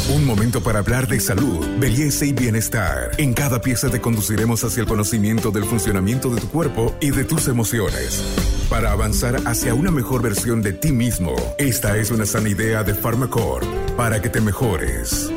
Un momento para hablar de salud, belleza y bienestar. En cada pieza te conduciremos hacia el conocimiento del funcionamiento de tu cuerpo y de tus emociones. Para avanzar hacia una mejor versión de ti mismo, esta es una sana idea de Pharmacorp para que te mejores.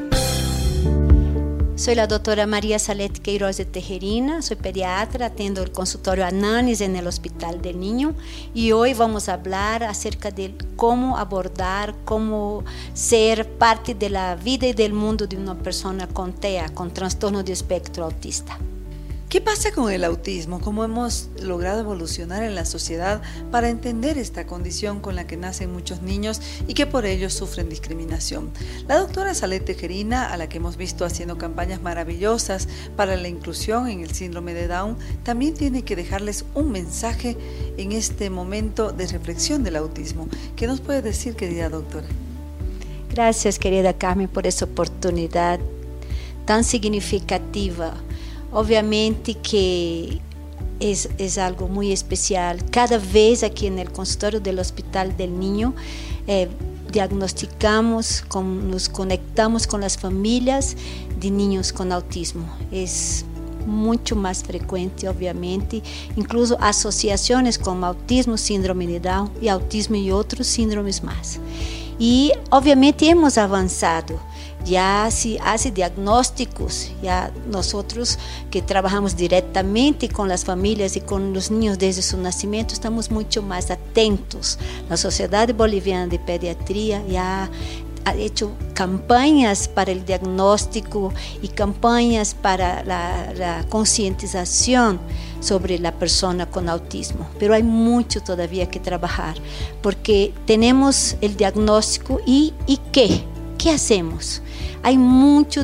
Soy la doctora María Salete Queiroz de Tejerina, soy pediatra, atiendo el consultorio Ananis en el Hospital del Niño y hoy vamos a hablar acerca de cómo abordar, cómo ser parte de la vida y del mundo de una persona con TEA, con trastorno de espectro autista. ¿Qué pasa con el autismo? ¿Cómo hemos logrado evolucionar en la sociedad para entender esta condición con la que nacen muchos niños y que por ello sufren discriminación? La doctora Salete Tejerina, a la que hemos visto haciendo campañas maravillosas para la inclusión en el síndrome de Down, también tiene que dejarles un mensaje en este momento de reflexión del autismo. ¿Qué nos puede decir, querida doctora? Gracias, querida Carmen, por esa oportunidad tan significativa. Obviamente que es algo muy especial. Cada vez aquí en el consultorio del Hospital del Niño diagnosticamos, nos conectamos con las familias de niños con autismo. Es mucho más frecuente, obviamente, incluso asociaciones como autismo, síndrome de Down y autismo y otros síndromes más. Y obviamente hemos avanzado. Ya se hace diagnósticos, ya nosotros que trabajamos directamente con las familias y con los niños desde su nacimiento estamos mucho más atentos. La Sociedad Boliviana de Pediatría ya ha hecho campañas para el diagnóstico y campañas para la concientización sobre la persona con autismo, pero hay mucho todavía que trabajar porque tenemos el diagnóstico y ¿qué hacemos? Hay muchos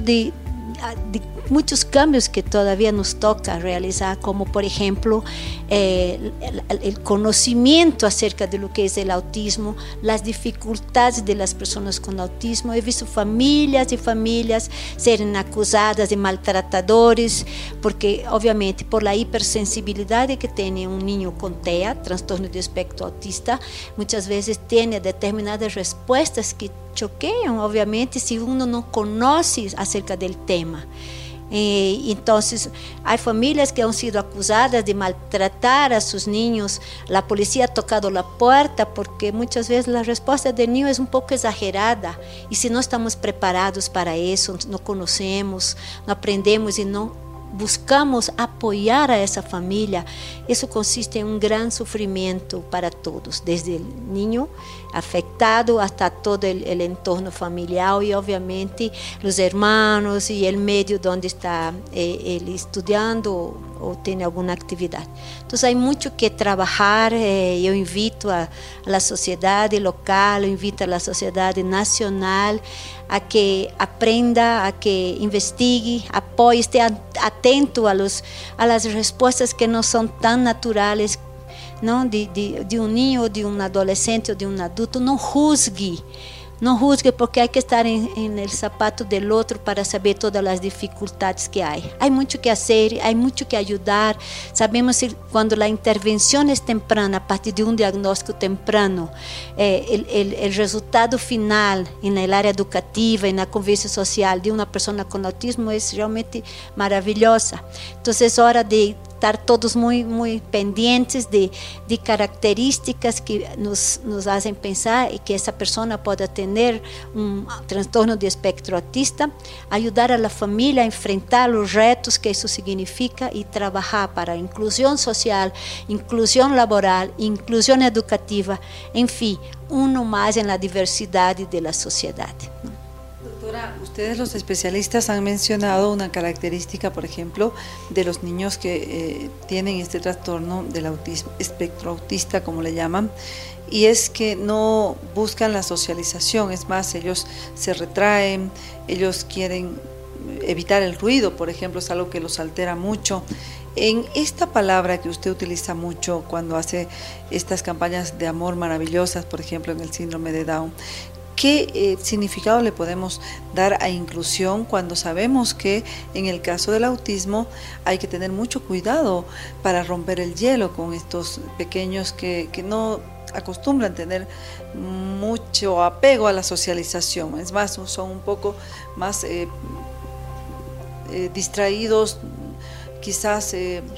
cambios que todavía nos toca realizar, como por ejemplo el conocimiento acerca de lo que es el autismo, las dificultades de las personas con autismo. He visto familias y familias serem acusadas de maltratadores, porque obviamente por la hipersensibilidad que tiene un niño con TEA, trastorno de espectro autista, muchas veces tiene determinadas respuestas que choquean, obviamente, si uno no conoce acerca del tema. Entonces hay familias que han sido acusadas de maltratar a sus niños. La policía ha tocado la puerta porque muchas veces la respuesta del niño es un poco exagerada y si no estamos preparados para eso, no conocemos, no aprendemos y no buscamos apoyar a esa familia, eso consiste en un gran sufrimiento para todos, desde el niño afectado hasta todo el entorno familiar y obviamente los hermanos y el medio donde está él estudiando o tiene alguna actividad. Entonces hay mucho que trabajar. Yo invito a la sociedad local, invito a la sociedad nacional a que aprenda, a que investigue, apoye, esté atento a las respuestas que no son tan naturales, ¿no? de un niño, de un adolescente o de un adulto. No juzgue porque hay que estar en el zapato del otro para saber todas las dificultades que hay. Hay mucho que hacer, hay mucho que ayudar. Sabemos que cuando la intervención es temprana, a partir de un diagnóstico temprano, el resultado final en el área educativa, en la convivencia social de una persona con autismo es realmente maravillosa. Entonces es hora de estar todos muy, muy pendientes de características que nos hacen pensar y que esa persona pueda tener un trastorno de espectro autista, ayudar a la familia a enfrentar los retos que eso significa y trabajar para inclusión social, inclusión laboral, inclusión educativa, en fin, uno más en la diversidad de la sociedad. Doctora, ustedes los especialistas han mencionado una característica, por ejemplo, de los niños que tienen este trastorno del autismo, espectro autista, como le llaman, y es que no buscan la socialización. Es más, ellos se retraen, ellos quieren evitar el ruido, por ejemplo, es algo que los altera mucho. En esta palabra que usted utiliza mucho cuando hace estas campañas de amor maravillosas, por ejemplo, en el síndrome de Down, ¿Qué significado le podemos dar a inclusión cuando sabemos que en el caso del autismo hay que tener mucho cuidado para romper el hielo con estos pequeños que no acostumbran tener mucho apego a la socialización? Es más, son un poco más distraídos, quizás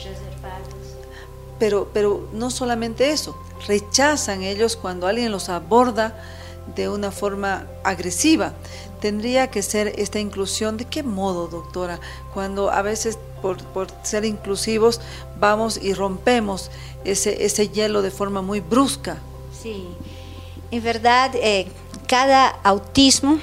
pero no solamente eso, rechazan ellos cuando alguien los aborda de una forma agresiva. Tendría que ser esta inclusión. ¿De qué modo, doctora? Cuando a veces por ser inclusivos vamos y rompemos ese hielo de forma muy brusca. Sí, en verdad cada autismo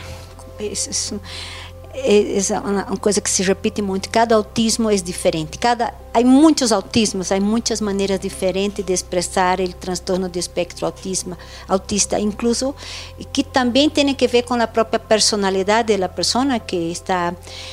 é uma coisa que se repite muito. Cada autismo é diferente. Há muitos autismos, há muitas maneiras diferentes de expressar o transtorno de espectro autista, incluso que também tem que ver com a própria personalidade da pessoa que está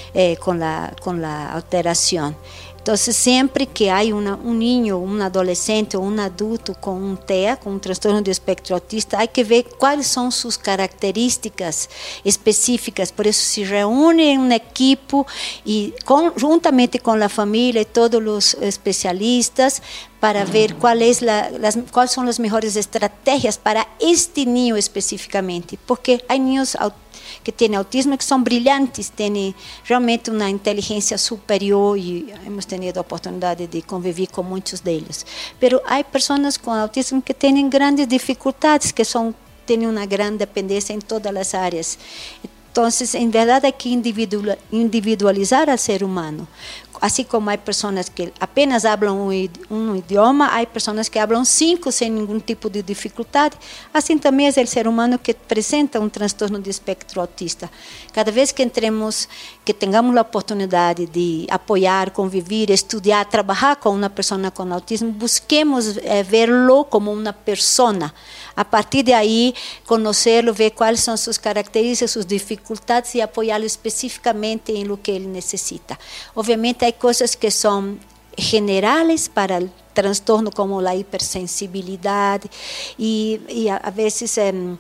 com a alteração. Então, sempre que há um ninho, um adolescente ou um adulto com um TEA, com um transtorno de espectro autista, há que ver quais são suas características específicas. Por isso, se reúne em uma equipe e juntamente com a família e todos os especialistas para ver quais são as melhores estratégias para este ninho especificamente, porque há ninhos que têm autismo que são brilhantes, têm realmente uma inteligência superior e hemos tenido a oportunidade de conviver com muitos deles. Mas há pessoas com autismo que têm grandes dificuldades, que têm uma grande dependência em todas as áreas. Então, em verdade, há que individualizar o ser humano. Assim como há pessoas que apenas falam um idioma, há pessoas que falam 5 sem nenhum tipo de dificuldade. Assim também é o ser humano que apresenta um transtorno de espectro autista. Cada vez que tenhamos a oportunidade de apoiar, conviver, estudar, trabalhar com uma pessoa com autismo, busquemos verlo como uma pessoa. A partir de aí, conhecê-lo, ver quais são suas características, suas dificuldades e apoiá-lo especificamente em lo que ele necessita. Obviamente, há coisas que são generais para o transtorno, como a hipersensibilidade, e a vezes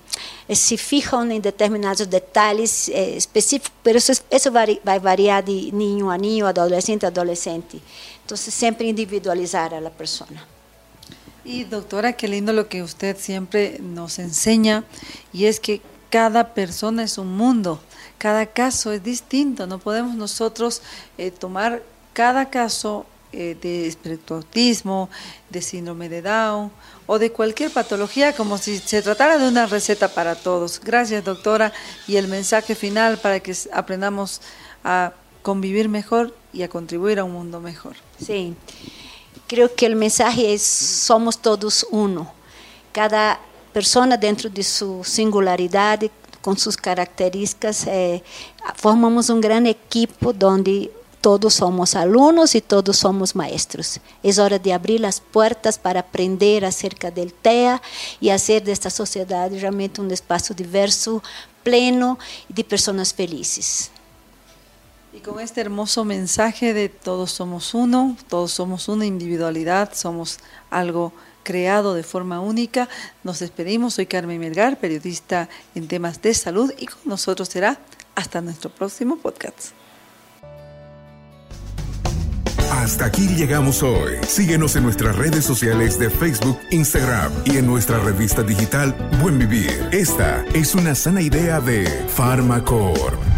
se fijam em determinados detalhes específicos, mas isso vai variar de ninho a ninho, adolescente a adolescente. Então, sempre individualizar a la persona. Y doctora, qué lindo lo que usted siempre nos enseña, y es que cada persona es un mundo, cada caso es distinto. No podemos nosotros tomar cada caso de espectro autismo, de síndrome de Down o de cualquier patología como si se tratara de una receta para todos. Gracias, doctora, y el mensaje final para que aprendamos a convivir mejor y a contribuir a un mundo mejor. Sí. Creo que o mensaje é: somos todos uno. Cada pessoa dentro de sua singularidade, com suas características, formamos um grande equipo onde todos somos alunos e todos somos maestros. É hora de abrir as portas para aprender acerca do TEA e fazer desta sociedade realmente um espaço diverso, pleno e de pessoas felizes. Y con este hermoso mensaje de todos somos uno, todos somos una individualidad, somos algo creado de forma única, nos despedimos. Soy Carmen Melgar, periodista en temas de salud, y con nosotros será hasta nuestro próximo podcast. Hasta aquí llegamos hoy. Síguenos en nuestras redes sociales de Facebook, Instagram y en nuestra revista digital Buen Vivir. Esta es una sana idea de Pharmacorp.